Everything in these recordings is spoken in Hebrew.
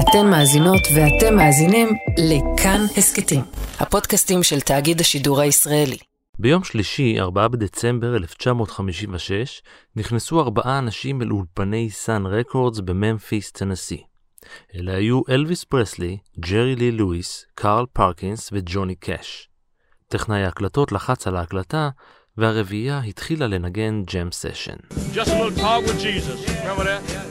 אתן מאזינות ואתם מאזינים לכאן הסקטים, הפודקאסטים של תאגיד השידור הישראלי. ביום שלישי, 4 בדצמבר 1956, נכנסו 4 אנשים אל אולפני סאן רקורדס בממפיס, טנסי. אלה היו אלוויס פרסלי, ג'רי לי לואיס, קארל פרקינס וג'וני קאש. טכנאי ההקלטות לחץ על ההקלטה, והרביעייה התחילה לנגן ג'ם סשן. Just a little talk with Jesus. Remember that?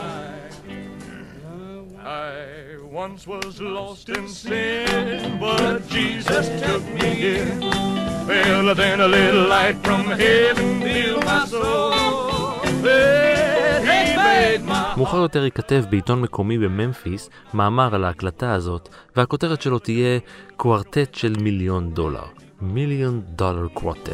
I once was lost in sin, but Jesus took me in. Well, then a little light from heaven filled my soul. Then he made my... מאוחר יותר ייכתב בעיתון מקומי בממפיס מאמר על ההקלטה הזאת, והכותרת שלו תהיה קוורטט של $1,000,000. $1,000,000 קוורטט.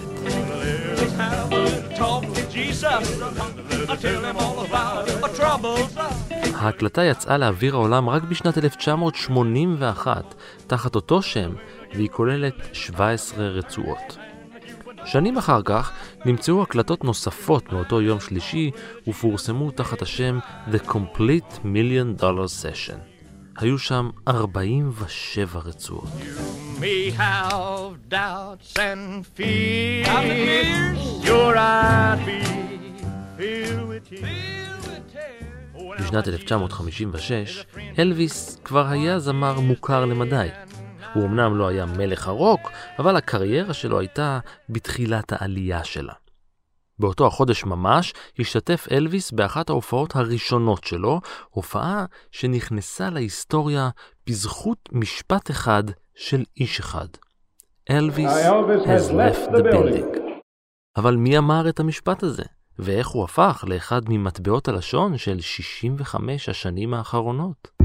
ההקלטה יצאה לאוויר העולם רק בשנת 1981, תחת אותו שם, והיא כוללת 17 רצועות. שנים אחר כך נמצאו הקלטות נוספות מאותו יום שלישי, ופורסמו תחת השם The Complete $1,000,000 Session. היו שם 47 רצועות. may have doubts and fears. Your eyes be filled with tears. בשנת 1956, אלוויס כבר היה זמר מוכר למדי. הוא אמנם לא היה מלך הרוק, אבל הקריירה שלו הייתה בתחילת העלייה שלה. באותו החודש ממש השתתף אלוויס באחת ההופעות הראשונות שלו, הופעה שנכנסה להיסטוריה בזכות משפט אחד של איש אחד. Elvis has left the building. אבל מי אמר את המשפט הזה? ואיך הוא הפך לאחד ממטבעות הלשון של 65 השנים האחרונות?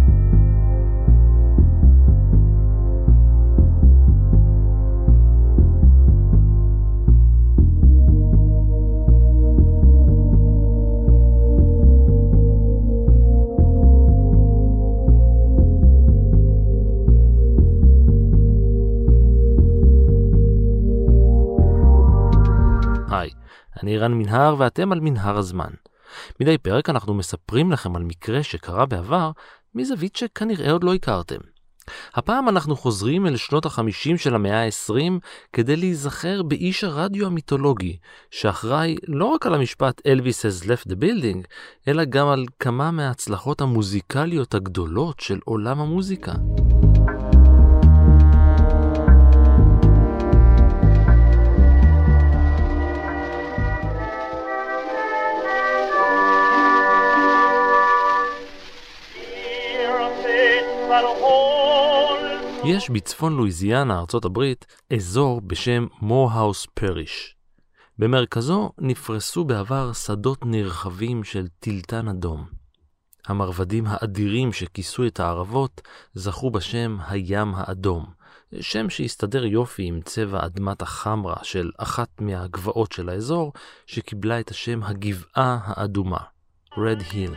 היי, אני רן מנהר ואתם על מנהר הזמן. מדי פרק אנחנו מספרים לכם על מקרה שקרה בעבר מזווית שכנראה עוד לא הכרתם. הפעם אנחנו חוזרים אל שנות ה-50 של המאה ה-20 כדי להיזכר באיש הרדיו המיתולוגי שאחראי לא רק על המשפט Elvis has left the building, אלא גם על כמה מההצלחות המוזיקליות הגדולות של עולם המוזיקה. יש בצפון לואיזיאנה, ארצות הברית, אזור בשם מוהאוס פריש. במרכזו נפרסו בעבר שדות נרחבים של טילטן אדום. המרבדים האדירים שכיסו את הערבות זכו בשם הים האדום, שם שהסתדר יופי עם צבע אדמת החמרה של אחת מהגבעות של האזור, שקיבלה את השם הגבעה האדומה, Red Hill.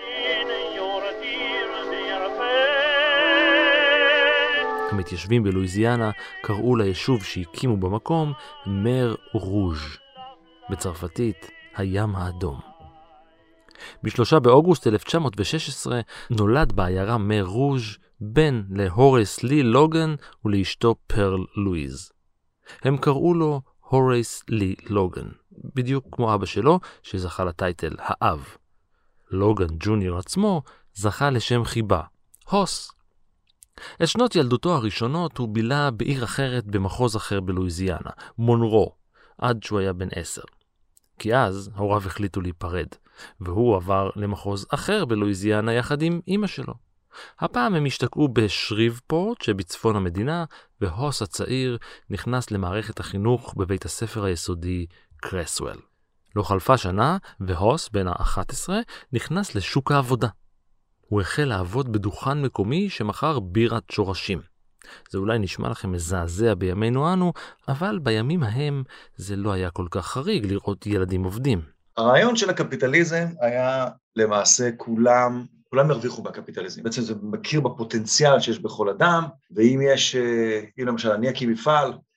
המתיישבים בלואיזיאנה קראו ליישוב שהקימו במקום מר רוז', בצרפתית הים האדום. ב3 באוגוסט 1916 נולד בעיירה מר רוז' בן להורייס לי לוגן ולאשתו פרל לואיז. הם קראו לו הורייס לי לוגן, בדיוק כמו אבא שלו שזכה לטייטל האב. לוגן ג'וניור עצמו זכה לשם חיבה, הוס. את שנות ילדותו הראשונות הוא בילה בעיר אחרת במחוז אחר בלואיזיאנה, מונרו, עד שהוא היה בן 10. כי אז הוריו החליטו להיפרד, והוא עבר למחוז אחר בלואיזיאנה יחד עם אמא שלו. הפעם הם השתקעו בשריבפורט שבצפון המדינה, והוס הצעיר נכנס למערכת החינוך בבית הספר היסודי קרסוול. לא חלפה שנה, והוס בן ה-11 נכנס לשוק העבודה. הוא החל לעבוד בדוכן מקומי שמכר בירת שורשים. זה אולי נשמע לכם מזעזע בימינו אנו, אבל בימים ההם זה לא היה כל כך חריג לראות ילדים עובדים. הרעיון של הקפיטליזם היה למעשה כולם הרוויחו בקפיטליזם. בעצם זה מכיר בפוטנציאל שיש בכל אדם, ואם יש, אם למשל אני אקים מפעל,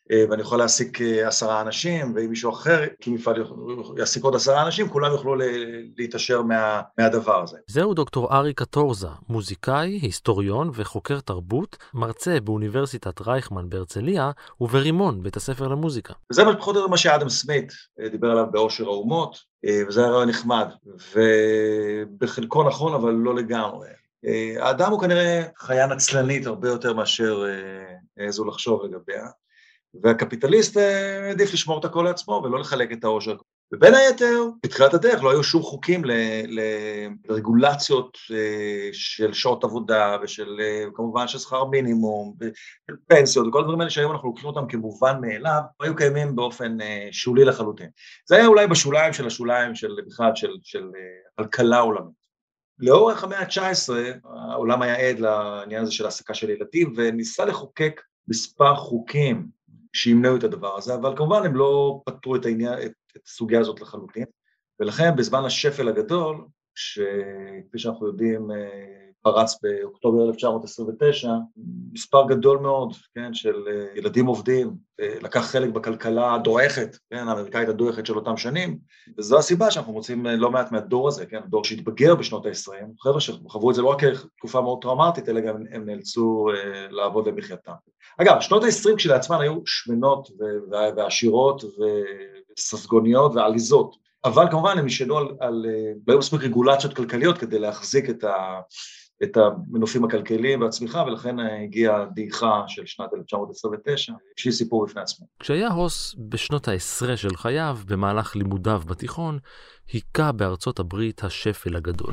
ואני יכול להעסיק 10 אנשים, ואם מישהו אחר, כי מפעל יעסיק עוד 10 אנשים, כולם יוכלו להתעשר מהדבר הזה. זהו דוקטור אריק קטורזה, מוזיקאי, היסטוריון וחוקר תרבות, מרצה באוניברסיטת רייכמן בהרצליה, וברימון, בית הספר למוזיקה. וזה פחות או יותר מה שאדם סמית דיבר עליו בעושר האומות, וזה היה רעיון נחמד, ובחלקו נכון, אבל לא לגמרי. האדם הוא כנראה חיה נצלנית הרבה יותר מאשר העזו לחשוב לגביה, והקפיטליסט עדיף לשמור את הכל לעצמו ולא לחלק את העושר. ובין היתר, בתחילת הדרך לא היו שום חוקים לרגולציות של שעות עבודה ושל כמובן של שכר מינימום ושל פנסיות וכל הדברים האלה שהיום אנחנו לוקחים אותם כמובן מאליו, היו קיימים באופן שולי לחלוטין. זה היה אולי בשוליים של השוליים של בכלל של כלכלה עולמית. לאורך המאה ה-19 העולם היה עד לעניין הזה של העסקה של ילדים וניסה לחוקק מספר חוקים שימנעו את הדבר הזה, אבל כמובן הם לא פתרו את הסוגיה הזאת לחלוטין, ולכן בזמן השפל הגדול, שכפי שאנחנו יודעים פרץ באוקטובר 1929, מספר גדול מאוד, כן, של ילדים עובדים, לקח חלק בכלכלה הדועכת, כן, האמריקאית הדועכת של אותם שנים, וזו הסיבה שאנחנו מוצאים לא מעט מהדור הזה, כן, הדור שהתבגר בשנות ה-20, חבר'ה שחוו את זה לא רק כתקופה מאוד טראומטית, אלא גם הם נאלצו לעבוד למחייתם. אגב, שנות ה-20 כשלעצמן היו שמנות ועשירות וססגוניות ועליזות, אבל כמובן הם נשענו על לא היו מספיק רגולציות כלכליות כדי להחזיק את המנופים הכלכליים והצמיחה, ולכן הגיעה דעיכה של שנת 1929, שהיא סיפור בפני עצמו. כשהיה הוס בשנות ה-10 של חייו, במהלך לימודיו בתיכון, היכה בארצות הברית השפל הגדול.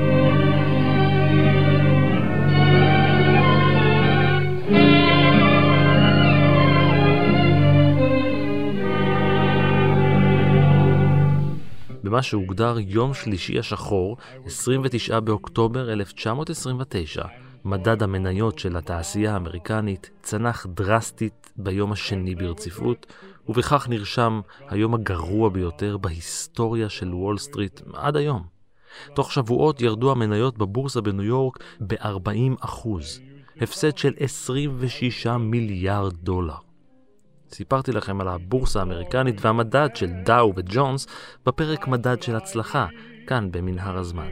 במה שהוגדר יום שלישי השחור, 29 באוקטובר 1929, מדד המניות של התעשייה האמריקנית צנח דרסטית ביום השני ברציפות, ובכך נרשם היום הגרוע ביותר בהיסטוריה של וול סטריט עד היום. תוך שבועות ירדו המניות בבורסה בניו יורק ב-40%, הפסד של 26 מיליארד דולר. סיפרתי לכם על הבורסה האמריקנית והמדד של דאו וג'ונס בפרק מדד של הצלחה, כאן במנהר הזמן.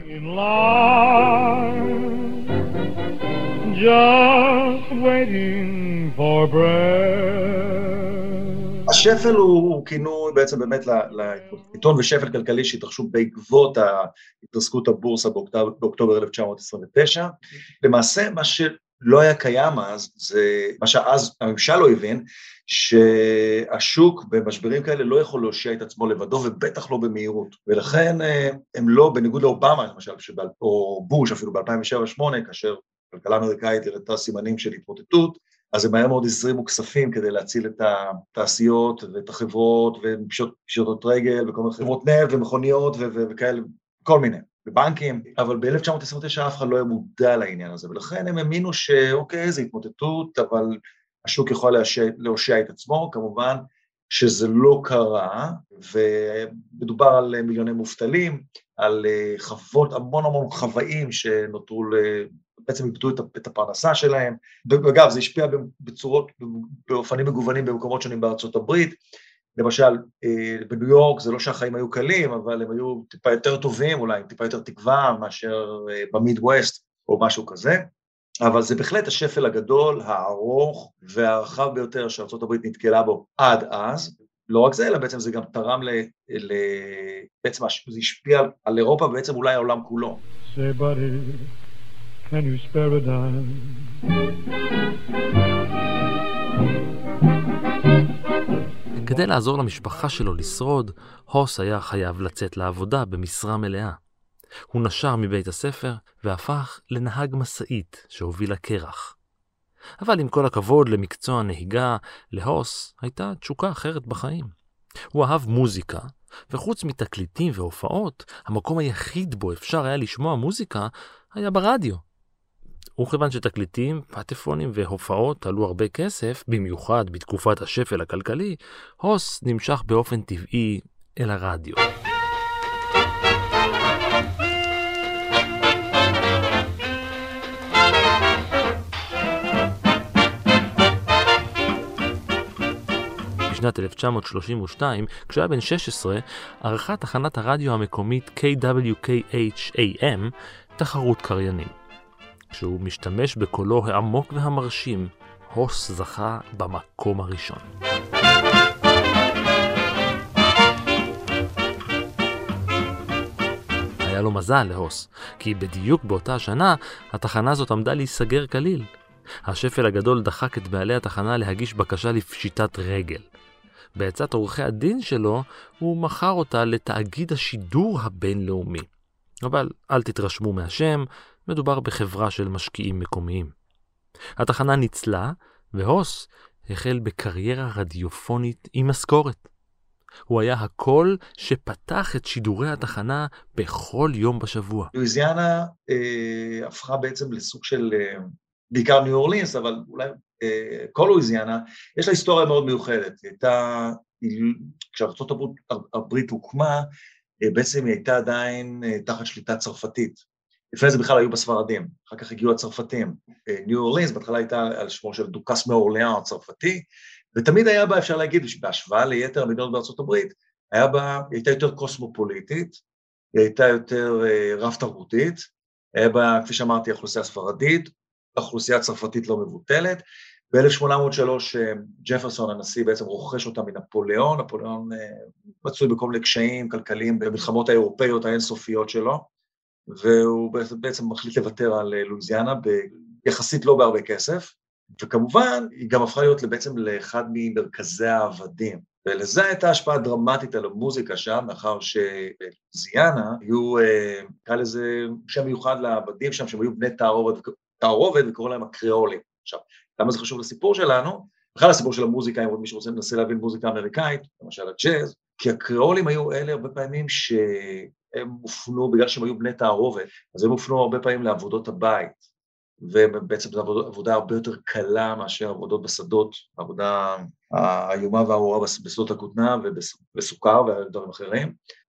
השפל הוא כינוי בעצם באמת לעיתון ושפל כלכלי שהתרחשו בעקבות התרסקות הבורסה באוקטובר 1929. למעשה מה שלא היה קיים אז, זה מה שאז הממשל לא הבין, שהשוק במשברים כאלה לא יכול להושיע את עצמו לבדו, ובטח לא במהירות. ולכן הם לא, בניגוד לאובמה, למשל, או בוש אפילו ב-2007-2008, כאשר הכלכלה האמריקאית הראתה סימנים של התמוטטות, אז הם מהר מאוד הזרימו כספים כדי להציל את התעשיות ואת החברות, ופשיטות רגל, וכל מיני חברות נפט ומכוניות וכאלה, כל מיני, בבנקים. אבל ב-1929 אף אחד לא היה מודע לעניין הזה, ולכן הם האמינו שאוקיי, זה התמוטטות, אבל השוק יכול להושיע את עצמו, כמובן שזה לא קרה, ומדובר על מיליוני מובטלים, על חוות, המון חוואים שנותרו, בעצם איבדו את הפרנסה שלהם. אגב, זה השפיע בצורות, באופנים מגוונים במקומות שונים בארצות הברית, למשל, בניו יורק זה לא שהחיים היו קלים, אבל הם היו טיפה יותר טובים, אולי טיפה יותר תקווה, מאשר במידווסט או משהו כזה. אבל זה בהחלט השפל הגדול, הארוך והרחב ביותר שארצות הברית נתקלה בו עד אז. לא רק זה, אלא בעצם זה גם תרם בעצם זה השפיע על אירופה ובעצם אולי העולם כולו. Say buddy, can you spare a dime? כדי לעזור למשפחה שלו לשרוד, הוס היה חייב לצאת לעבודה במשרה מלאה. הוא נשר מבית הספר והפך לנהג מסעית שהוביל לקרח. אבל עם כל הכבוד למקצוע הנהיגה, להוס הייתה תשוקה אחרת בחיים. הוא אהב מוזיקה, וחוץ מתקליטים והופעות, המקום היחיד בו אפשר היה לשמוע מוזיקה היה ברדיו. וכיוון שתקליטים, פטפונים והופעות עלו הרבה כסף, במיוחד בתקופת השפל הכלכלי, הוס נמשך באופן טבעי אל הרדיו. בשנת 1932, כשהיה בן 16, ערכה תחנת הרדיו המקומית KWKH-AM תחרות קריינים. כשהוא משתמש בקולו העמוק והמרשים, הוס זכה במקום הראשון. היה לו מזל להוס, כי בדיוק באותה שנה התחנה הזאת עמדה להיסגר כליל. השפל הגדול דחק את בעלי התחנה להגיש בקשה לפשיטת רגל. בעצת עורכי הדין שלו הוא מכר אותה לתאגיד השידור הבינלאומי. אבל אל תתרשמו מהשם, מדובר בחברה של משקיעים מקומיים. התחנה ניצלה, והוס החל בקריירה רדיופונית עם משכורת. הוא היה הקול שפתח את שידורי התחנה בכל יום בשבוע. לואיזיאנה הפכה בעצם לסוג של, בעיקר ניו אורלינס, אבל אולי כל לואיזיאנה, יש לה היסטוריה מאוד מיוחדת. כשארצות הברית הוקמה, בעצם היא הייתה עדיין תחת שליטה צרפתית. לפני זה בכלל היו בספרדים, אחר כך הגיעו הצרפתים. ניו אורלינס בהתחלה הייתה על שמו של דוכס מאורליאן הצרפתי, ותמיד היה בה, אפשר להגיד, בהשוואה ליתר המדינות בארצות הברית, היא הייתה יותר קוסמופוליטית, היא הייתה יותר רב תרבותית, היה בה, כפי שאמרתי, האוכלוסייה הספרדית, האוכלוסייה הצרפתית לא מבוטלת. ב-1803 ג'פרסון הנשיא בעצם רוכש אותה מנפוליאון, נפוליאון מצוי בכל מיני קשיים כלכליים במלחמות האירופאיות האינסופיות שלו, והוא בעצם מחליט לוותר על לואיזיאנה ביחסית לא בהרבה כסף, וכמובן היא גם הפכה להיות בעצם לאחד ממרכזי העבדים, ולזה הייתה השפעה דרמטית על המוזיקה שם, מאחר שלואיזיאנה היו, קרא לזה שם מיוחד לעבדים שם, שהם היו בני תערובת וקוראים להם הקריאולים. עכשיו, למה זה חשוב לסיפור שלנו? בכלל הסיפור של המוזיקה, אם עוד מישהו רוצה לנסה להבין מוזיקה אמריקאית, למשל הג'אז, כי הקריאולים היו אלה הרבה פעמים שהם הופנו, בגלל שהם היו בני תערובת, אז הם הופנו הרבה פעמים לעבודות הבית, ובעצם זו עבודה הרבה יותר קלה מאשר עבודות בשדות, עבודה האיומה והארורה בשדות הכותנה ובסוכר ודברים אחרים,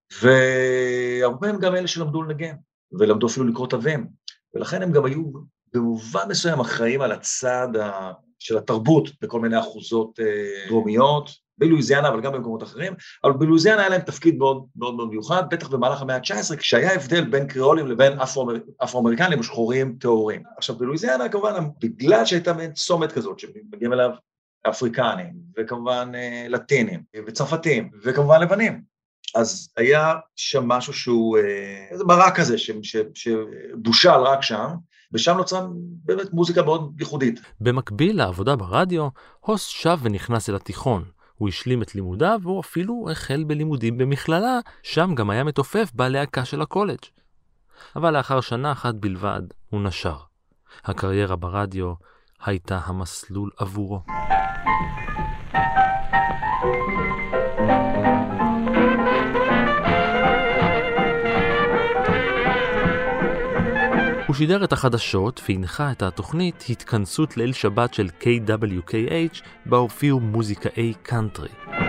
והרבה פעמים גם אלה שלמדו לנגן, ולמדו אפילו לקרוא תווים, ולכן הם גם היו במובן מסוים אחראים על הצד של התרבות בכל מיני אחוזות דרומיות, בלואיזיאנה, אבל גם במקומות אחרים, אבל בלואיזיאנה היה להם תפקיד מאוד מאוד מאוד מיוחד, בטח במהלך המאה ה-19, כשהיה הבדל בין קריאולים לבין אפרו-אמריקנים ושחורים טהורים. עכשיו, בלואיזיאנה, כמובן, בגלל שהייתה מעין צומת כזאת, שמגיעים אליו אפריקנים, וכמובן לטינים, וצרפתים, וכמובן לבנים, אז היה שם משהו שהוא, איזה ברק כזה, שבושל רק שם, ושם נוצרה באמת מוזיקה מאוד ייחודית. במקביל לעבודה ברדיו, הוס שב ונכנס אל התיכון. הוא השלים את לימודיו, והוא אפילו החל בלימודים במכללה, שם גם היה מתופף בלהקה של הקולג'. אבל לאחר שנה אחת בלבד, הוא נשר. הקריירה ברדיו הייתה המסלול עבורו. הוא שידר את החדשות והנחה את התוכנית התכנסות ליל שבת של KWKH, בה הופיעו מוזיקאי קאנטרי.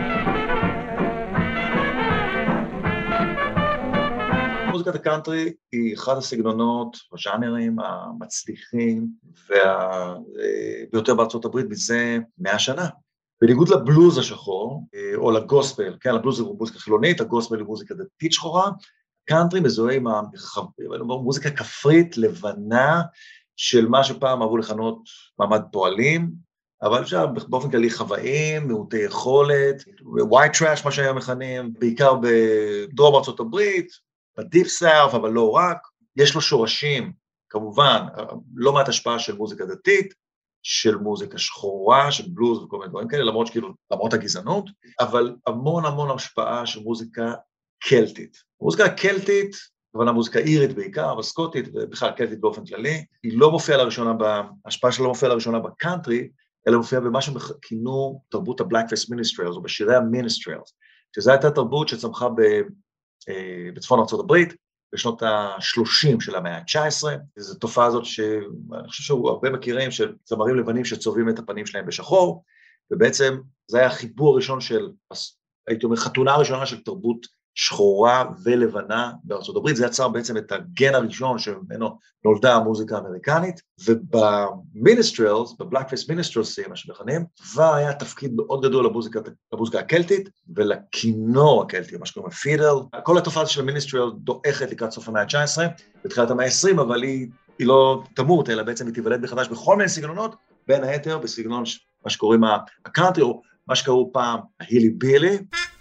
מוזיקת הקאנטרי היא אחד הסגנונות, הז'אנרים המצליחים ביותר בארצות הברית מזה 100 שנה. בניגוד לבלוז השחור, או לגוספל, כן, הבלוז הוא מוזיקה חילונית, הגוספל הוא מוזיקה דתית שחורה, קאנטרי מזוהה עם מוזיקה כפרית לבנה של מה שפעם אהבו לכנות מעמד פועלים, אבל אפשר באופן כללי חוואים, מעוטי יכולת, white trash מה שהיה מכנים, בעיקר בדרום ארצות הברית, בדיפ סאוף, אבל לא רק, יש לו שורשים, כמובן, לא מעט השפעה של מוזיקה דתית, של מוזיקה שחורה, של בלוז וכל מיני דברים כאלה, למרות הגזענות, אבל המון השפעה של מוזיקה קלטית. המוזיקה הקלטית, אבל המוזיקה אירית בעיקר, אבל סקוטית, ובכלל קלטית באופן כללי, היא לא מופיעה לראשונה, ההשפעה שלה לא מופיעה לראשונה בקאנטרי, אלא מופיעה במה שכינו תרבות ה-Blackface Minstrels, או בשירי ה-Minstrels, שזו הייתה תרבות שצמחה בצפון ארצות הברית, בשנות ה-30 של המאה ה-19, זו תופעה הזאת שאני חושב שהוא הרבה מכירים, של זמרים לבנים שצובעים את הפנים שלהם בשחור, ובעצם זה היה החיבור הראשון של, הייתי אומר, חתונה הראשונה של תרבות שחורה ולבנה בארצות הברית. זה יצר בעצם את הגן הראשון שממנו נולדה המוזיקה האמריקנית, ובמיניסטרלס, בבלאקפייס מיניסטרלס, מה שמכנים, כבר היה תפקיד מאוד גדול למוזיקה הקלטית ולכינור הקלטי, מה שקוראים פידל. כל התופעה של המיניסטרל דועכת לקראת סוף המאה ה-19, בתחילת המאה ה-20, אבל היא לא תמות, אלא בעצם היא תיוולד מחדש בכל מיני סגנונות, בין היתר בסגנון מה שקוראים הקאנטרי, או מה שקראו פעם ההילי בילי.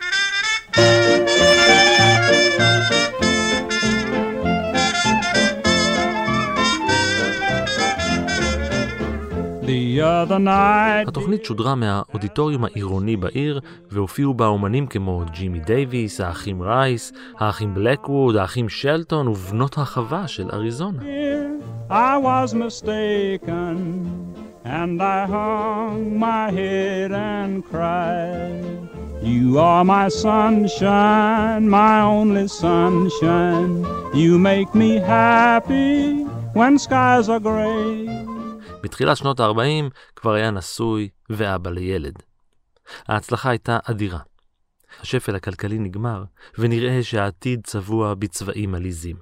התוכנית שודרה מהאודיטוריום העירוני בעיר, והופיעו בה אומנים כמו ג'ימי דייביס, האחים רייס, האחים בלקווד, האחים שלטון ובנות החווה של אריזונה. I was mistaken and I hung my head and cried. You are my sunshine, my only sunshine. You make me happy when skies are gray. בתחילת שנות ה-40 כבר היה נשוי ואבא לילד. ההצלחה הייתה אדירה. השפל הכלכלי נגמר, ונראה שהעתיד צבוע בצבעים עליזים.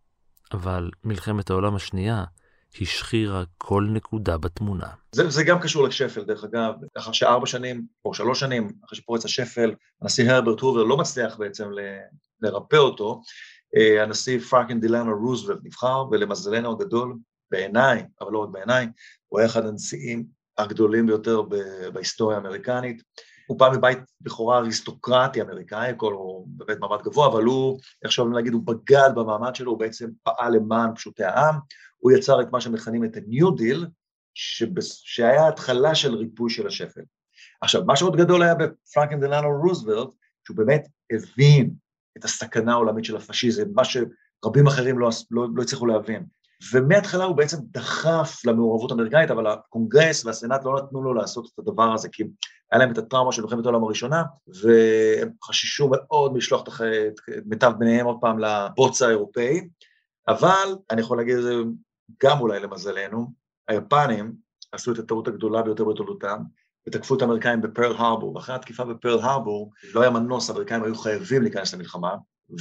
אבל מלחמת העולם השנייה השחירה כל נקודה בתמונה. זה גם קשור לשפל, דרך אגב, לאחר ש4 שנים או 3 שנים אחרי שפורץ השפל, הנשיא הרברט הובר לא מצליח בעצם לרפא אותו, הנשיא פרנקלין דלאנו רוזוולט נבחר, ולמזלנו הגדול, בעיניי, אבל לא רק בעיניי, הוא היה אחד הנשיאים הגדולים ביותר בהיסטוריה האמריקנית. הוא פעם מבית בכורה אריסטוקרטי אמריקאי, הוא בבית מעמד גבוה, אבל הוא, איך שאומרים להגיד, הוא בגד במעמד שלו, הוא בעצם פעל למען פשוטי העם, הוא יצר את מה שמכנים את ה-New Deal, שהיה התחלה של ריפוי של השפל. עכשיו, מה שעוד גדול היה בפרנקלין דלאנו רוזוולט, שהוא באמת הבין את הסכנה העולמית של הפשיזם, מה שרבים אחרים לא הצליחו להבין. ומהתחלה הוא בעצם דחף למעורבות האמריקאית, אבל הקונגרס והסנאט לא נתנו לו לעשות את הדבר הזה, כי היה להם את הטראומה של מלחמת העולם הראשונה, והם חששו מאוד לשלוח את מיטב ביניהם עוד פעם לבוץ האירופאי, אבל אני יכול להגיד את זה גם אולי למזלנו, היפנים עשו את הטעות הגדולה ביותר בתולדותם, ותקפו את האמריקאים בפרל הרבור, ואחרי התקיפה בפרל הרבור, לא היה מנוס, האמריקאים היו חייבים להיכנס למלחמה,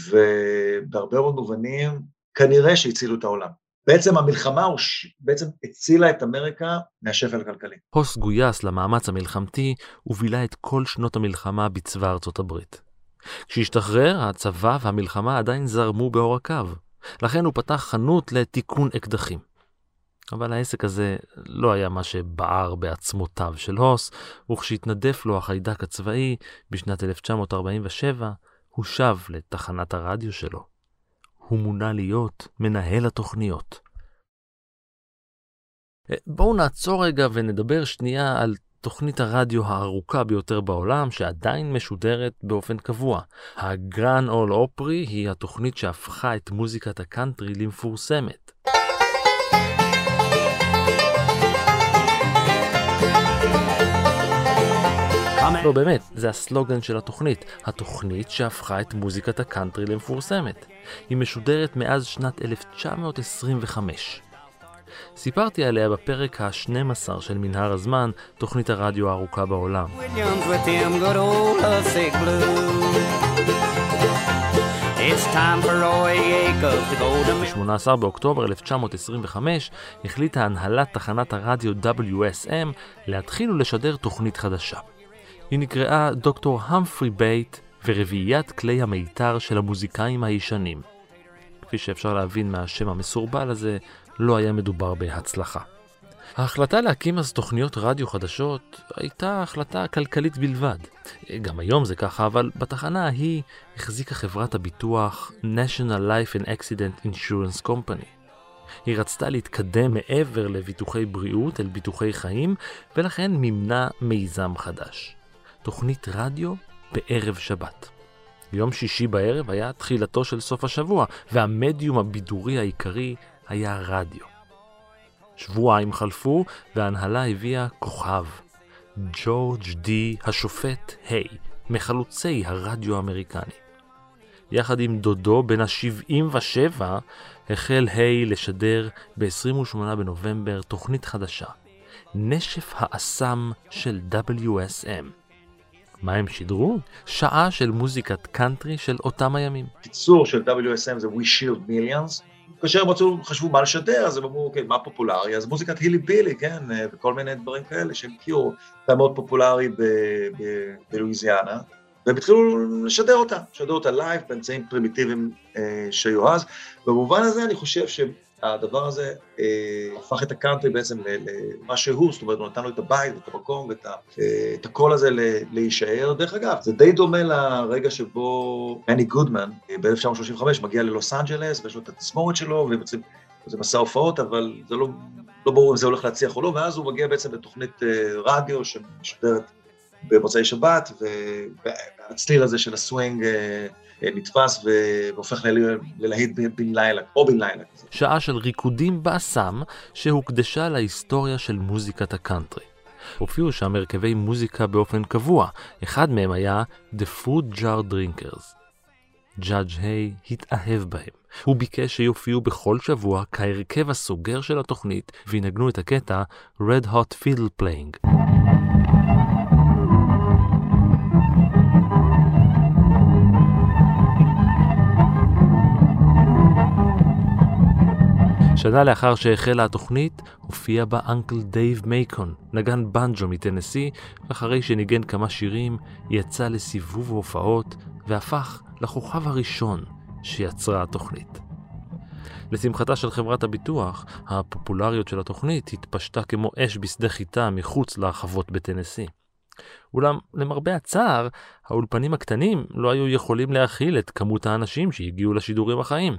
ובהרבה מאוד מובנים, כנראה שהצילו את העולם. בעצם המלחמה בעצם הצילה את אמריקה מהשפל הכלכלי. הוס גויס למאמץ המלחמתי ובילה את כל שנות המלחמה בצבא ארצות הברית. כשהשתחרר, הצבא והמלחמה עדיין זרמו בעורקיו. לכן הוא פתח חנות לתיקון אקדחים. אבל העסק הזה לא היה מה שבער בעצמותיו של הוס, וכשהתנדף לו החיידק הצבאי בשנת 1947, הוא שב לתחנת הרדיו שלו. הוא מונה להיות מנהל התוכניות. בואו נעצור רגע ונדבר שנייה על תוכנית הרדיו הארוכה ביותר בעולם, שעדיין משודרת באופן קבוע. הגרן אול אופרי היא התוכנית שהפכה את מוזיקת הקאנטרי למפורסמת. לא באמת, זה הסלוגן של התוכנית, התוכנית שהפכה את מוזיקת הקאנטרי למפורסמת. היא משודרת מאז שנת 1925. סיפרתי עליה בפרק ה-12 של מנהר הזמן, תוכנית הרדיו הארוכה בעולם. 18 באוקטובר 1925 החליטה הנהלת תחנת הרדיו WSM להתחיל ולשדר תוכנית חדשה. היא נקראה דוקטור המפרי בייט ורביעיית כלי המיתר של המוזיקאים הישנים. כפי שאפשר להבין מהשם המסורבל הזה, לא היה מדובר בהצלחה. ההחלטה להקים אז תוכניות רדיו חדשות הייתה החלטה כלכלית בלבד. גם היום זה ככה, אבל בתחנה ההיא החזיקה חברת הביטוח National Life and Accident Insurance Company. היא רצתה להתקדם מעבר לביטוחי בריאות אל ביטוחי חיים, ולכן מימנה מיזם חדש. תוכנית רדיו בערב שבת. יום שישי בערב היה תחילתו של סוף השבוע, והמדיום הבידורי העיקרי היה רדיו. שבועיים חלפו, וההנהלה הביאה כוכב. ג'ורג' די השופט היי, מחלוצי הרדיו האמריקני. יחד עם דודו בן ה-77, החל היי לשדר ב-28 בנובמבר תוכנית חדשה. נשף האסם של WSM. מה הם שידרו? שעה של מוזיקת קאנטרי של אותם הימים. קיצור של WSM זה We Shield Millions. כאשר הם חשבו מה לשדר, אז הם אמרו, אוקיי, מה פופולרי? אז מוזיקת הילי בילי, כן, וכל מיני דברים כאלה שהם הכירו, היה מאוד פופולרי בלואיזיאנה, והם התחילו לשדר אותה לייב באמצעים פרימיטיביים שהיו אז. במובן הזה אני חושב שהדבר הזה הפך את הקאנטרי בעצם למה שהוא, זאת אומרת, הוא נתן לו את הבית ואת המקום ואת הקול הזה להישאר. דרך אגב, זה די דומה לרגע שבו מני גודמן ב-1935 מגיע ללוס אנג'לס, ויש לו את התסמורת שלו, ובעצם זה מסע הופעות, אבל זה לא ברור אם זה הולך להצליח או לא, ואז הוא מגיע בעצם לתוכנית רדיו שמשודרת במוצאי שבת, והצליל הזה של הסווינג נתפס והופך ללהיט בן לילה, או בן לילה. שעה של ריקודים באסם שהוקדשה להיסטוריה של מוזיקת הקאנטרי. הופיעו שם הרכבי מוזיקה באופן קבוע, אחד מהם היה The Food Jar Drinkers. ג'אדג' היי התאהב בהם. הוא ביקש שיופיעו בכל שבוע כהרכב הסוגר של התוכנית וינגנו את הקטע Red Hot Fiddle Playing. שנה לאחר שהחלה התוכנית, הופיע בה אנקל דייב מייקון, נגן בנג'ו מטנסי, ואחרי שניגן כמה שירים, יצא לסיבוב הופעות, והפך לכוכב הראשון שיצרה התוכנית. לשמחתה של חברת הביטוח, הפופולריות של התוכנית התפשטה כמו אש בשדה חיטה מחוץ לרחבות בטנסי. אולם למרבה הצער, האולפנים הקטנים לא היו יכולים להכיל את כמות האנשים שהגיעו לשידורים החיים.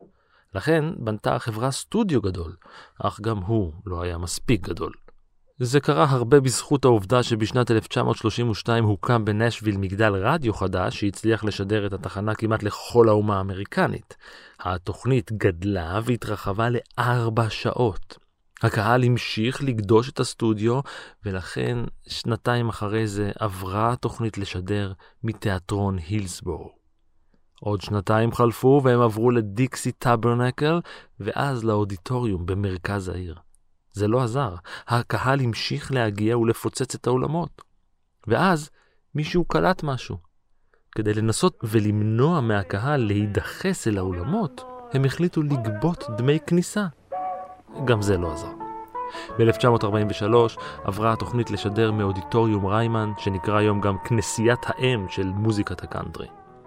לכן בנתה החברה סטודיו גדול, אך גם הוא לא היה מספיק גדול. זה קרה הרבה בזכות העובדה שבשנת 1932 הוקם בנשוויל מגדל רדיו חדש שהצליח לשדר את התחנה כמעט לכל האומה האמריקנית. התוכנית גדלה והתרחבה ל4 שעות. הקהל המשיך לקדוש את הסטודיו, ולכן שנתיים אחרי זה עברה התוכנית לשדר מתיאטרון הילסבורו. עוד שנתיים חלפו והם עברו לדיקסי טאברנקל ואז לאודיטוריום במרכז העיר. זה לא עזר, הקהל המשיך להגיע ולפוצץ את האולמות. ואז מישהו קלט משהו. כדי לנסות ולמנוע מהקהל להידחס אל האולמות, הם החליטו לגבות דמי כניסה. גם זה לא עזר. ב-1943 עברה התוכנית לשדר מאודיטוריום ריימן, שנקרא היום גם כנסיית האם של מוזיקת הקאנטרי.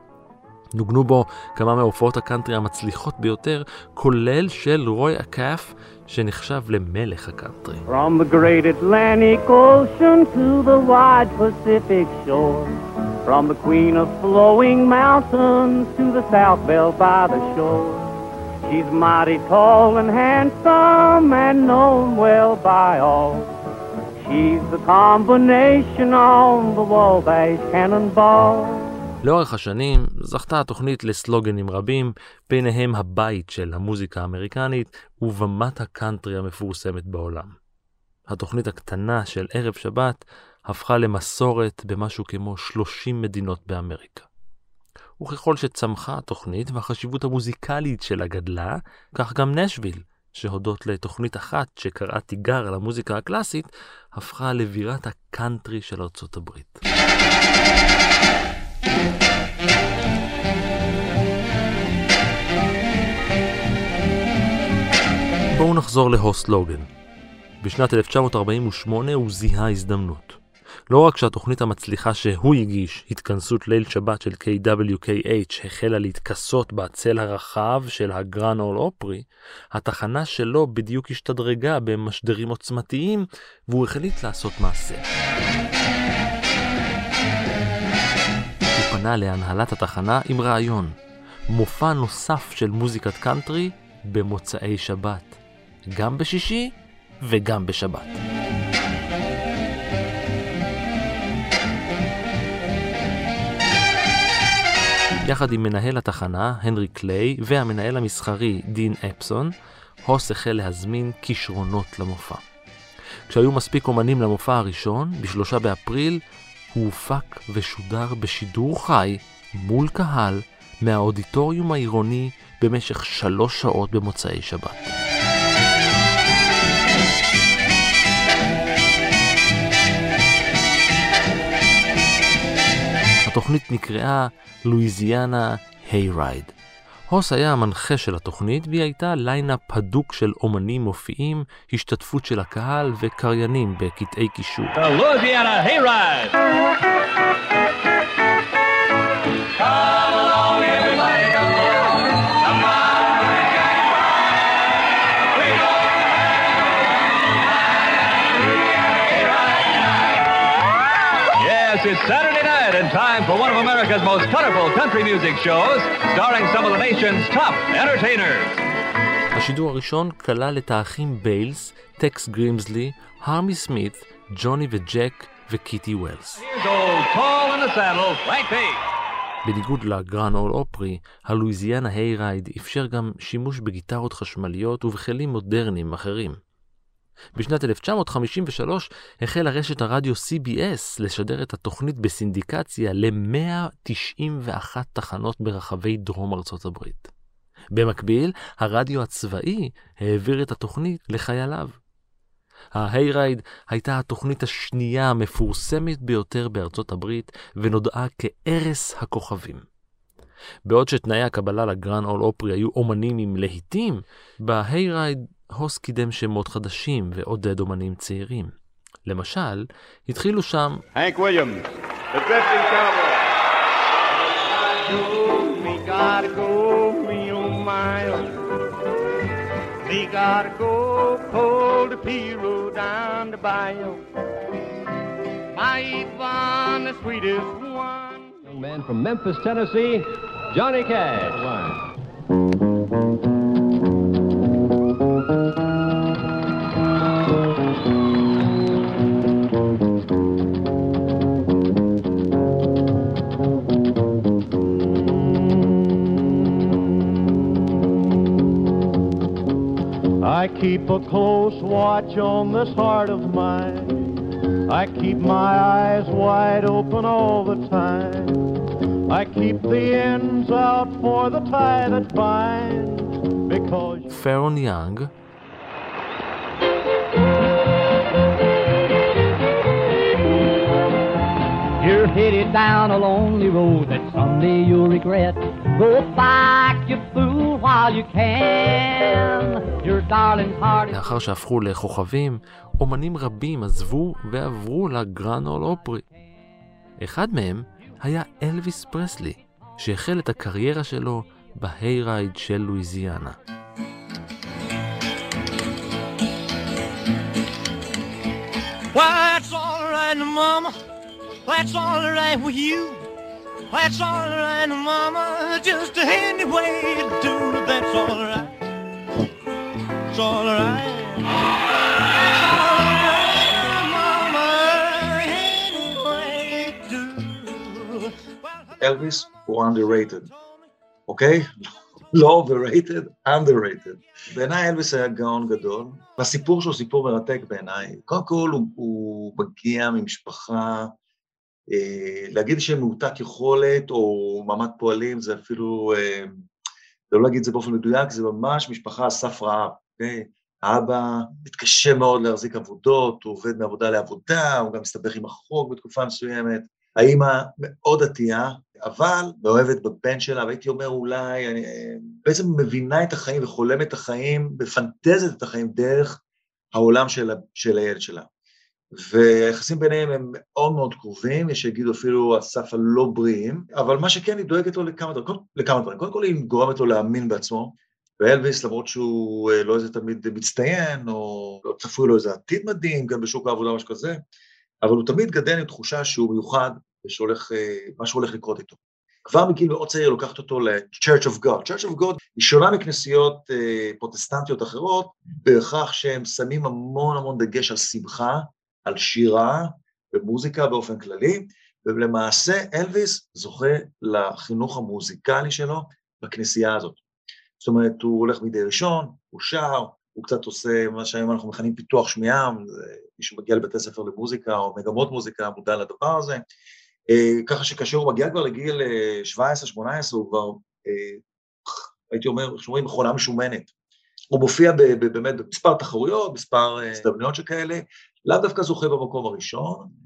נוגנו בו כמה מהופעות הקאנטרי המצליחות ביותר, כולל של רוי אקאף, שנחשב למלך הקאנטרי. From the great Atlantic Ocean to the wide Pacific shore, from the queen of flowing mountains to the South Belle by the shore, she's mighty tall and handsome and known well by all. She's the combination on the Wabash Cannonball. לאורך השנים זכתה התוכנית לסלוגנים רבים, ביניהם הבית של המוזיקה האמריקנית ובמת הקאנטרי המפורסמת בעולם. התוכנית הקטנה של ערב שבת הפכה למסורת במשהו כמו 30 מדינות באמריקה. וככל שצמחה התוכנית והחשיבות המוזיקלית שלה גדלה, כך גם נשוויל, שהודות לתוכנית אחת שקראה תיגר על המוזיקה הקלאסית, הפכה לבירת הקאנטרי של ארצות הברית. בואו נחזור להוסט לוגן. בשנת 1948 הוא זיהה הזדמנות. לא רק שהתוכנית המצליחה שהוא הגיש, התכנסות ליל שבת של KWKH, החלה להתכסות בצל הרחב של הגרן אול אופרי, התחנה שלו בדיוק השתדרגה במשדרים עוצמתיים, והוא החליט לעשות מעשה. הוא פנה להנהלת התחנה עם רעיון, מופע נוסף של מוזיקת קאנטרי במוצאי שבת, גם בשישי וגם בשבת. יחד עם מנהל התחנה, הנרי קליי, והמנהל המסחרי, דין אפסון, הוס החל להזמין כישרונות למופע. כשהיו מספיק אומנים למופע הראשון, ב3 באפריל, הוא הופק ושודר בשידור חי מול קהל מהאודיטוריום העירוני במשך 3 שעות במוצאי שבת. התוכנית נקראה לואיזיאנה היירייד. הוס היה המנחה של התוכנית, והיא הייתה ליינאפ הדוק של אומנים מופיעים, השתתפות של הקהל וקריינים בקטעי קישור. The Louisiana Hayride. Come along, everybody, come along. Come on, we go. Yes, it's Saturday night and time for one of America's most colorful country music shows, starring some of the nation's top entertainers. השידור הראשון כלל את האחים ביילס, טקס גרימסלי, הרמי סמית, ג'וני וג'ק וקיטי ווילס. Here's old tall in the saddle, Frank Page. בניגוד לגרן אול אופרי, הלואיזיאנה היירייד אפשר גם שימוש בגיטרות חשמליות ובכלים מודרניים אחרים. בשנת 1953 החלה רשת הרדיו CBS לשדר את התוכנית בסינדיקציה ל-191 תחנות ברחבי דרום ארצות הברית. במקביל, הרדיו הצבאי העביר את התוכנית לחייליו. ההיירייד הייתה התוכנית השנייה המפורסמת ביותר בארצות הברית ונודעה כערש הכוכבים. בעוד שתנאי הקבלה לגרן אול אופרי היו אומנים עם להיטים, בהיירייד הוס קידם שמות חדשים ועודד אומנים צעירים. למשל, התחילו שם Hank Williams, the drifting cowboy. We gotta go, me oh my oh. We gotta go, cold the Piro down the bayou. My Yvonne, the sweetest one. Young man from Memphis, Tennessee, Johnny Cash. I keep a close watch on this heart of mine. I keep my eyes wide open all the time. I keep the ends out for the tie that binds. Because פרון יאנג, you're headed down a lonely road that someday you'll regret. Go back, you fool, while you can. Your darling's heart is... לאחר שהפכו לכוכבים, אומנים רבים עזבו ועברו לגרן אול אופרי. אחד מהם היה אלוויס פרסלי, שהחל את הקריירה שלו בהיירייד של לואיזיאנה. Well, that's all right, mama. That's all right with you. That's all right, mama. Just any way you do. That's all right. It's all right. It's all right, mama. Any way you do. אלוויס הוא underrated, אוקיי? לא overrated, underrated. בעיניי אלוויס היה גאון גדול, והסיפור שלו סיפור מרתק בעיניי. קודם כל הוא מגיע ממשפחה, להגיד שהם מעוטת יכולת או מעמד פועלים, זה אפילו, זה לא להגיד את זה באופן מדויק, זה ממש משפחה על סף רעב, אוקיי? האבא מתקשה מאוד להחזיק עבודות, הוא עובד מעבודה לעבודה, הוא גם מסתבך עם החוק בתקופה מסוימת. האמא מאוד דתייה, אבל מאוהבת בבן שלה, והייתי אומר אולי, אני בעצם מבינה את החיים וחולמת את החיים, בפנטזת את החיים דרך העולם של הילד שלה. והיחסים ביניהם הם מאוד מאוד קרובים, יש שיגידו אפילו הסף הלא בריאים, אבל מה שכן היא דואגת לו לכמה דברים. קודם כל היא גורמת לו להאמין בעצמו, ואלוויס, למרות שהוא לא איזה תמיד מצטיין, או לא צפוי לו איזה עתיד מדהים, גם בשוק העבודה או משהו כזה, אבל הוא תמיד גדל עם תחושה שהוא מיוחד, משהו הולך לקרות איתו. כבר מגיל מאוד צעיר לוקחת אותו ל-Church of God. Church of God היא שונה מכנסיות פרוטסטנטיות אחרות, בהכרח שהם שמים המון המון דגש על שמחה, על שירה ומוזיקה באופן כללי, ולמעשה אלוויס זוכה לחינוך המוזיקלי שלו בכנסייה הזאת. זאת אומרת, הוא הולך מדי ראשון, הוא שר, הוא קצת עושה מה שהיום אנחנו מכנים פיתוח שמיעה, מישהו מגיע לבתי ספר למוזיקה או מגמות מוזיקה, מודע לדבר הזה, ככה שכאשר הוא מגיע כבר לגיל 17-18, הוא כבר, הייתי אומר, שומעים, מכונה משומנת. הוא מופיע באמת במספר תחרויות, מספר הזדמנויות שכאלה, לאו דווקא זוכה במקום הראשון,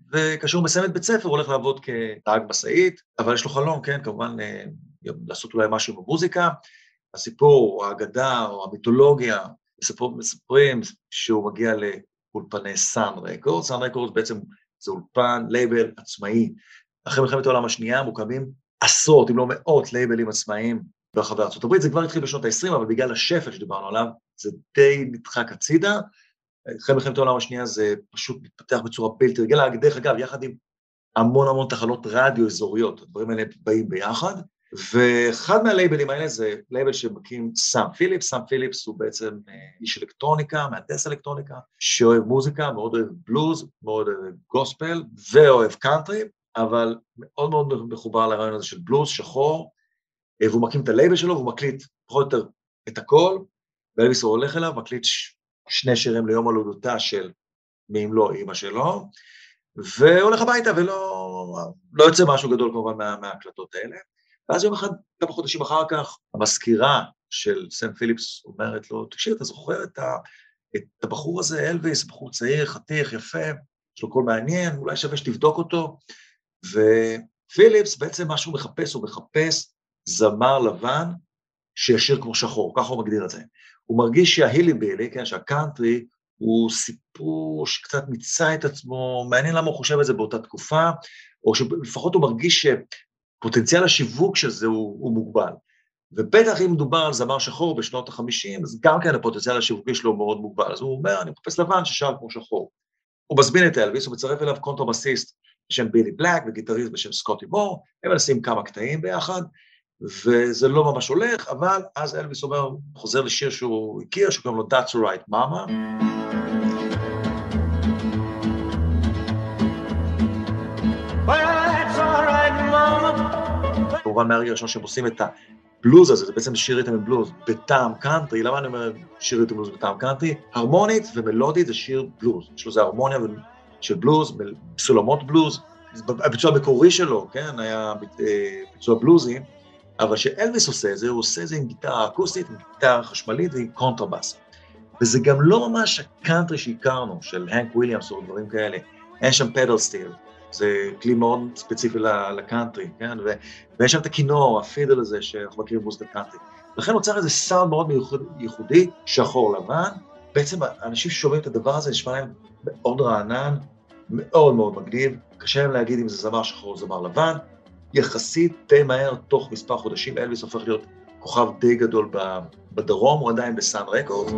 וכאשר הוא מסיים את בית ספר, הוא הולך לעבוד כנהג משאית, אבל יש לו חלום, כן, כמובן, לעשות אולי משהו במוזיקה. הסיפור, או האגדה, או המיתולוגיה, מספרים שהוא מגיע לאולפני סאן רקורדס. סאן רקורדס בעצם זה אולפן, לייבל עצמאי. אחרי מלחמת העולם השנייה מוקמים עשרות, אם לא מאות, לייבלים עצמאיים ברחבי ארצות הברית. זה כבר התחיל בשנות ה-20, אבל בגלל השפל שדיברנו עליו, זה די נדחק הצידה. אחרי מלחמת העולם השנייה זה פשוט מתפתח בצורה בלתי רגילה. דרך אגב, יחד עם המון תחנות רדיו אזוריות, הדברים האלה באים ביחד, ואחד מהלייבלים האלה זה לייבל שמקים סאם פיליפס. סאם פיליפס הוא בעצם איש אלקטרוניקה, מהנדס אלקטרוניקה, שאוהב מוזיקה, מאוד אוהב בלוז, מאוד אוהב גוספל, ואוהב קאנטרי, אבל מאוד מאוד מחובר לרעיון הזה של בלוז, שחור, והוא מקים את הלייבל שלו, והוא מקליט פחות או יותר את הכל, ואלוויס הוא הולך אליו, מקליט שני שירים ליום הולדתה של מי אם לא אמא שלו, והולך הביתה ולא יוצא משהו גדול כמובן מההקלטות האלה. ואז יום אחד, כמה חודשים אחר כך, המזכירה של סם פיליפס אומרת לו, תקשיב, אתה זוכר את הבחור הזה, אלוויס, בחור צעיר, חתיך, יפה, יש לו קול מעניין, אולי שווה שתבדוק אותו, ופיליפס בעצם משהו מחפש, הוא מחפש זמר לבן שישיר כמו שחור, ככה הוא מגדיר את זה. הוא מרגיש שההילי בילי, כן, שהקאנטרי, הוא סיפור שקצת מיצה את עצמו, מעניין למה הוא חושב את זה באותה תקופה, או שלפחות הוא מרגיש שפוטנציאל השיווק של זה הוא מוגבל. ובטח אם מדובר על זמר שחור בשנות ה-50, אז גם כן הפוטנציאל השיווקי שלו מאוד מוגבל. אז הוא אומר, אני מחפש לבן ששר כמו שחור. הוא מזמין את אלוויס, הוא מצרף אליו קונטרבסיסט בשם בילי בלק, וגיטריסט בשם סקוטי מור, הם מנסים כמה קטעים ביחד, וזה לא ממש הולך, אבל אז אלוויס אומר, חוזר לשיר שהוא הכיר, שקוראים לו That's Right Mama. כמובן מהרגע הראשון שהם עושים את הבלוז הזה, זה בעצם שיר ריתם עם בלוז, בטעם קאנטרי. למה אני אומר שיר ריתם בלוז בטעם קאנטרי? הרמונית ומלודית זה שיר בלוז, יש לו זה הרמוניה של בלוז, סולמות בלוז, הביצוע המקורי שלו, כן, היה ביצוע בלוזי, אבל שאלוויס עושה את זה, הוא עושה את זה עם גיטרה אקוסטית, עם גיטרה חשמלית ועם קונטרבאס. וזה גם לא ממש הקאנטרי שהכרנו, של הנק וויליאמס או דברים כאלה, אין שם פדל סטיל, זה כלי מאוד ספציפי לקאנטרי, כן? ויש שם את הכינור, הפידל הזה שאנחנו מכירים מוזיקת קאנטרי. לכן נוצר איזה סאונד מאוד ייחודי, שחור לבן. בעצם האנשים ששומעים את הדבר הזה, נשמע להם מאוד רענן, מאוד מאוד מגניב, קשה להם להגיד אם זה זמר שחור או זמר לבן. יחסית די מהר, תוך מספר חודשים, אלוויס הופך להיות כוכב די גדול בדרום, הוא עדיין בסאן רקורדס.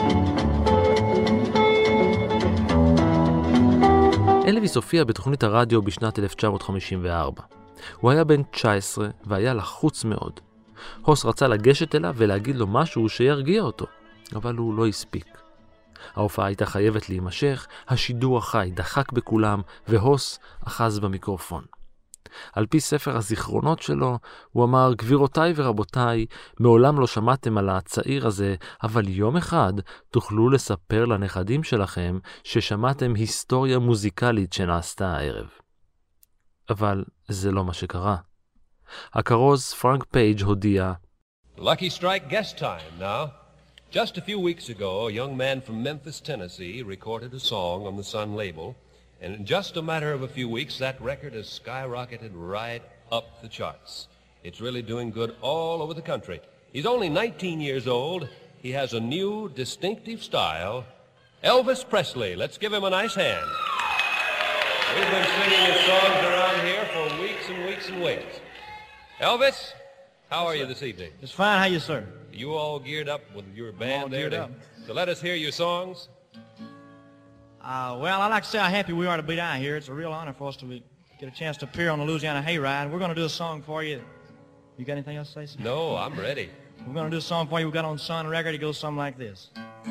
אלוויס הופיע בתוכנית הרדיו בשנת 1954. הוא היה בן 19 והיה לחוץ מאוד. הוס רצה לגשת אליו ולהגיד לו משהו שירגיע אותו, אבל הוא לא הספיק. ההופעה הייתה חייבת להימשך, השידור החי דחק בכולם, והוס אחז במיקרופון. על פי ספר הזיכרונות שלו, הוא אמר, גבירותיי ורבותיי, מעולם לא שמעתם על הצעיר הזה, אבל יום אחד תוכלו לספר לנכדים שלכם ששמעתם היסטוריה מוזיקלית שנעשתה הערב. אבל זה לא מה שקרה. הכרוז פרנק פייג' הודיע, Lucky Strike guest time now. Just a few weeks ago, a young man from Memphis, Tennessee, recorded a song on the Sun label, and in just a matter of a few weeks, that record has skyrocketed right up the charts. It's really doing good all over the country. He's only 19 years old. He has a new, distinctive style. Elvis Presley. Let's give him a nice hand. We've been singing his songs around here for weeks and weeks and weeks. Elvis, how are you this evening? It's fine. How you, sir? You all geared up with your band there? So let us hear your songs. Well, I'd like to say how happy we are to be down here. It's a real honor for us to get a chance to appear on the Louisiana Hayride. We're going to do a song for you. You got anything else to say, sir? No, I'm ready. We're going to do a song for you we got on Sun record. It goes something like this.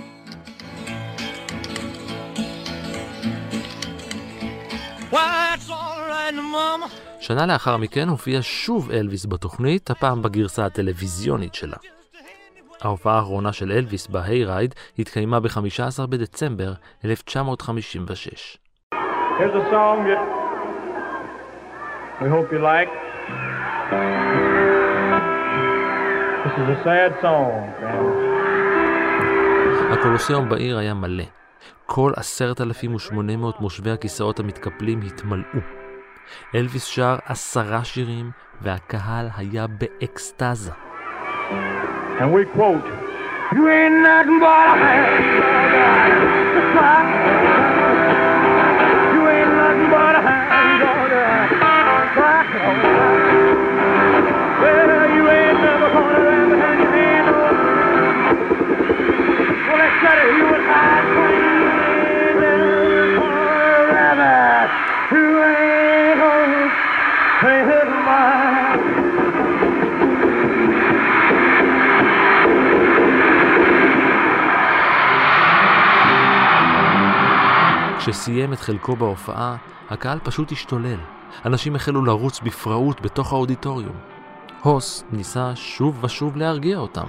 What's all right, mama? שנה לאחר מכן הופיע שוב אלוויס בתוכנית, הפעם בגרסה הטלוויזיונית שלה. ההופעה האחרונה של אלוויס בהיירייד התקיימה ב-15 בדצמבר 1956. Here's a song that we hope you like. This is a sad song, friends. הקולוסיאום בעיר היה מלא. כל 10,800 מושבי הכיסאות המתקפלים התמלאו. אלוויס שר 10 שירים והקהל היה באקסטזה. And we quote, "You ain't nothing but a hand dog. You ain't nothing but a hand dog. Well, you ain't never gonna let me hang your hand on. Well, let's tell you what I think. Forever, you ain't gonna pay his mind. כשסיים את חלקו בהופעה, הקהל פשוט השתולל. אנשים החלו לרוץ בפראות בתוך האודיטוריום. הוס ניסה שוב ושוב להרגיע אותם.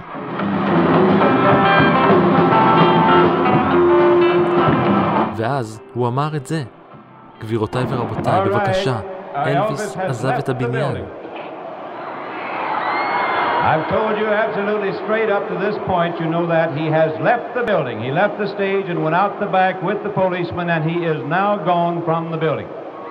ואז הוא אמר את זה. גבירותיי ורבותיי, בבקשה, אלוויס עזב את הבניין. I've told you absolutely straight up to this point, you know that he has left the building. He left the stage and went out the back with the policeman, and he is now gone from the building.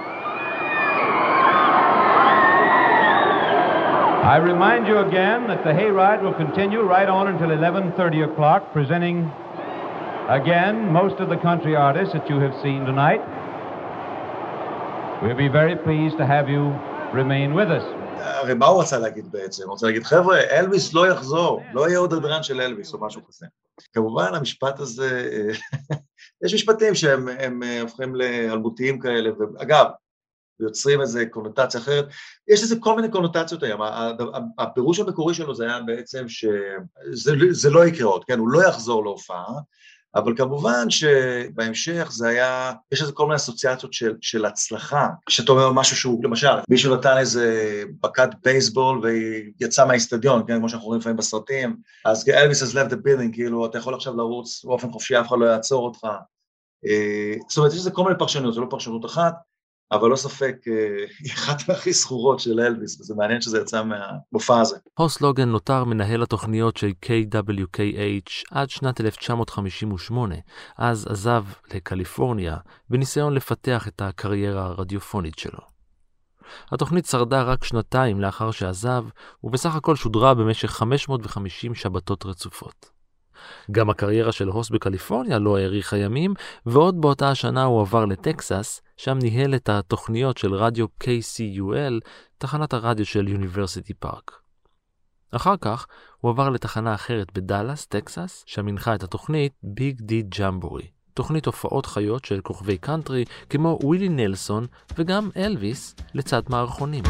I remind you again that the hayride will continue right on until 11:30 o'clock, presenting again most of the country artists that you have seen tonight. We'll be very pleased to have you remain with us. הרי מה הוא רצה להגיד בעצם? הוא רוצה להגיד, חבר'ה, אלוויס לא יחזור, לא יהיה עוד הדרן של אלוויס או משהו כזה. כמובן, המשפט הזה, יש משפטים שהם הופכים לאלמותיים כאלה, ואגב, יוצרים איזו קונוטציה אחרת. יש איזה כל מיני קונוטציות היום. הפירוש המקורי שלו זה היה בעצם שזה לא יקרה עוד, כן? הוא לא יחזור להופעה, אבל כמובן שבהמשך זה היה, יש איזה כל מיני אסוציאציות של הצלחה, כשאתה אומר משהו שהוא, למשל, מישהו נתן איזה בקת בייסבול ויצא מהאיסטדיון, כן, כמו שאנחנו רואים לפעמים בסרטים, אז אלוויס has left the building, כאילו, אתה יכול עכשיו לרוץ באופן חופשי, אף אחד לא יעצור אותך. זאת אומרת, יש איזה כל מיני פרשנויות, זה לא פרשנות אחת, אבל לא ספק, היא אחת הכי סחורות של אלוויס, וזה מעניין שזה יצא מהמופע הזה. הוס לוגן נותר מנהל התוכניות של KWKH עד שנת 1958, אז עזב לקליפורניה בניסיון לפתח את הקריירה הרדיופונית שלו. התוכנית שרדה רק 2 לאחר שעזב, ובסך הכל שודרה במשך 550 שבתות רצופות. גם הקריירה של הוס בקליפורניה לא האריכה ימים, ועוד באותה השנה הוא עבר לטקסס, שם ניהל את התוכניות של רדיו KCUL, תחנת הרדיו של יוניברסיטי פארק. אחר כך הוא עבר לתחנה אחרת בדלס, טקסס, שם הנחה את התוכנית ביג די ג'מבורי, תוכנית הופעות חיות של כוכבי קאנטרי כמו ווילי נלסון וגם אלוויס לצד מערכונים.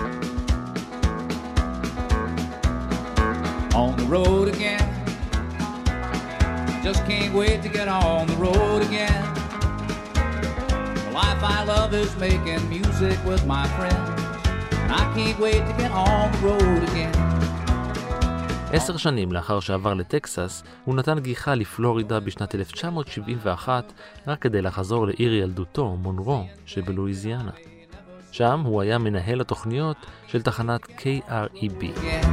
On the road again. Just can't wait to get on the road again. The life I love is making music with my friends, and I can't wait to get on the road again. 10 שנים לאחר שעבר לטקסס, הוא נתן גיחה לפלורידה בשנת 1971, רק כדי לחזור לעיר ילדותו, מונרו, שבלואיזיאנה. שם הוא היה מנהל התוכניות של תחנת KREB.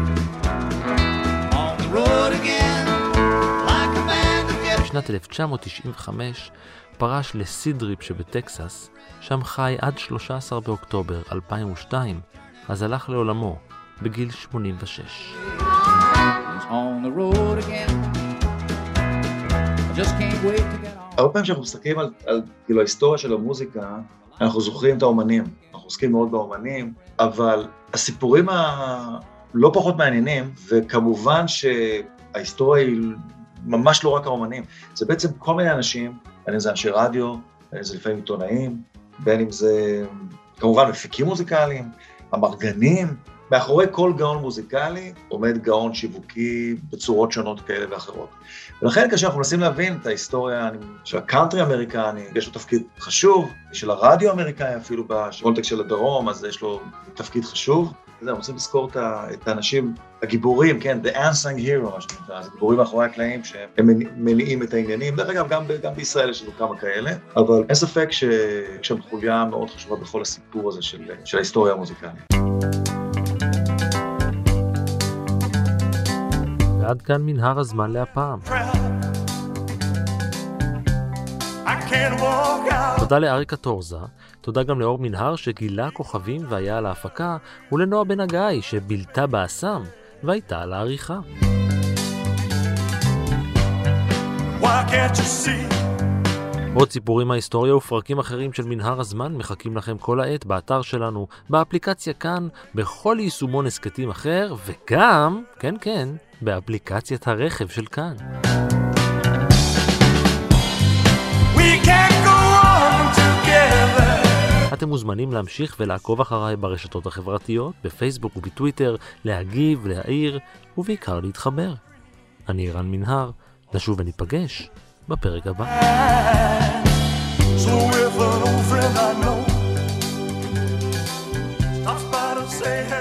On the road again. בשנת 1995 פרש לסידריפ שבטקסס, שם חי עד 13 באוקטובר 2002, אז הלך לעולמו בגיל 86. הרבה פעמים שאנחנו מסתכלים על כאילו ההיסטוריה של המוזיקה, אנחנו זוכרים את האומנים, אנחנו עוסקים מאוד באומנים, אבל הסיפורים הלא פחות מעניינים, וכמובן שההיסטוריה היא ממש לא רק האומנים, זה בעצם כל מיני אנשים, בין אם זה אנשי רדיו, בין אם זה לפעמים עיתונאים, בין אם זה כמובן מפיקים מוזיקליים, המרגנים, מאחורי כל גאון מוזיקלי עומד גאון שיווקי בצורות שונות כאלה ואחרות. ולכן כשאנחנו מנסים להבין את ההיסטוריה של הקאנטרי האמריקני, יש לו תפקיד חשוב, של הרדיו האמריקאי אפילו בקונטקסט של הדרום, אז יש לו תפקיד חשוב. אנחנו רוצים לזכור את האנשים הגיבורים, כן, the unsung hero, מה שנקרא, זה גיבורים מאחורי הקלעים שהם מניעים את העניינים. דרך אגב, גם בישראל יש לנו כמה כאלה, אבל אין ספק שהם חוליה מאוד חשובה בכל הסיפור הזה של ההיסטוריה המוזיקלית. ועד כאן מנהר הזמן להפעם. I can't walk out. תודה לאריק קטורזה, תודה גם לאור מנהר שגילה כוכבים והיה על ההפקה, ולנועה בן הגיא שבילתה באסם והייתה על העריכה. Why can't you see? עוד סיפורים מההיסטוריה ופרקים אחרים של מנהר הזמן מחכים לכם כל העת באתר שלנו, באפליקציה כאן, בכל יישומון הסקטים אחר, וגם, כן, באפליקציית הרכב של כאן. We can go on together. אתם מוזמנים להמשיך ולעקוב אחריי ברשתות החברתיות, בפייסבוק ובטוויטר, להגיב, להעיר, ובעיקר להתחבר. אני ערן מנהר, נשוב וניפגש בפרק הבא. So if an old friend I know stops by to say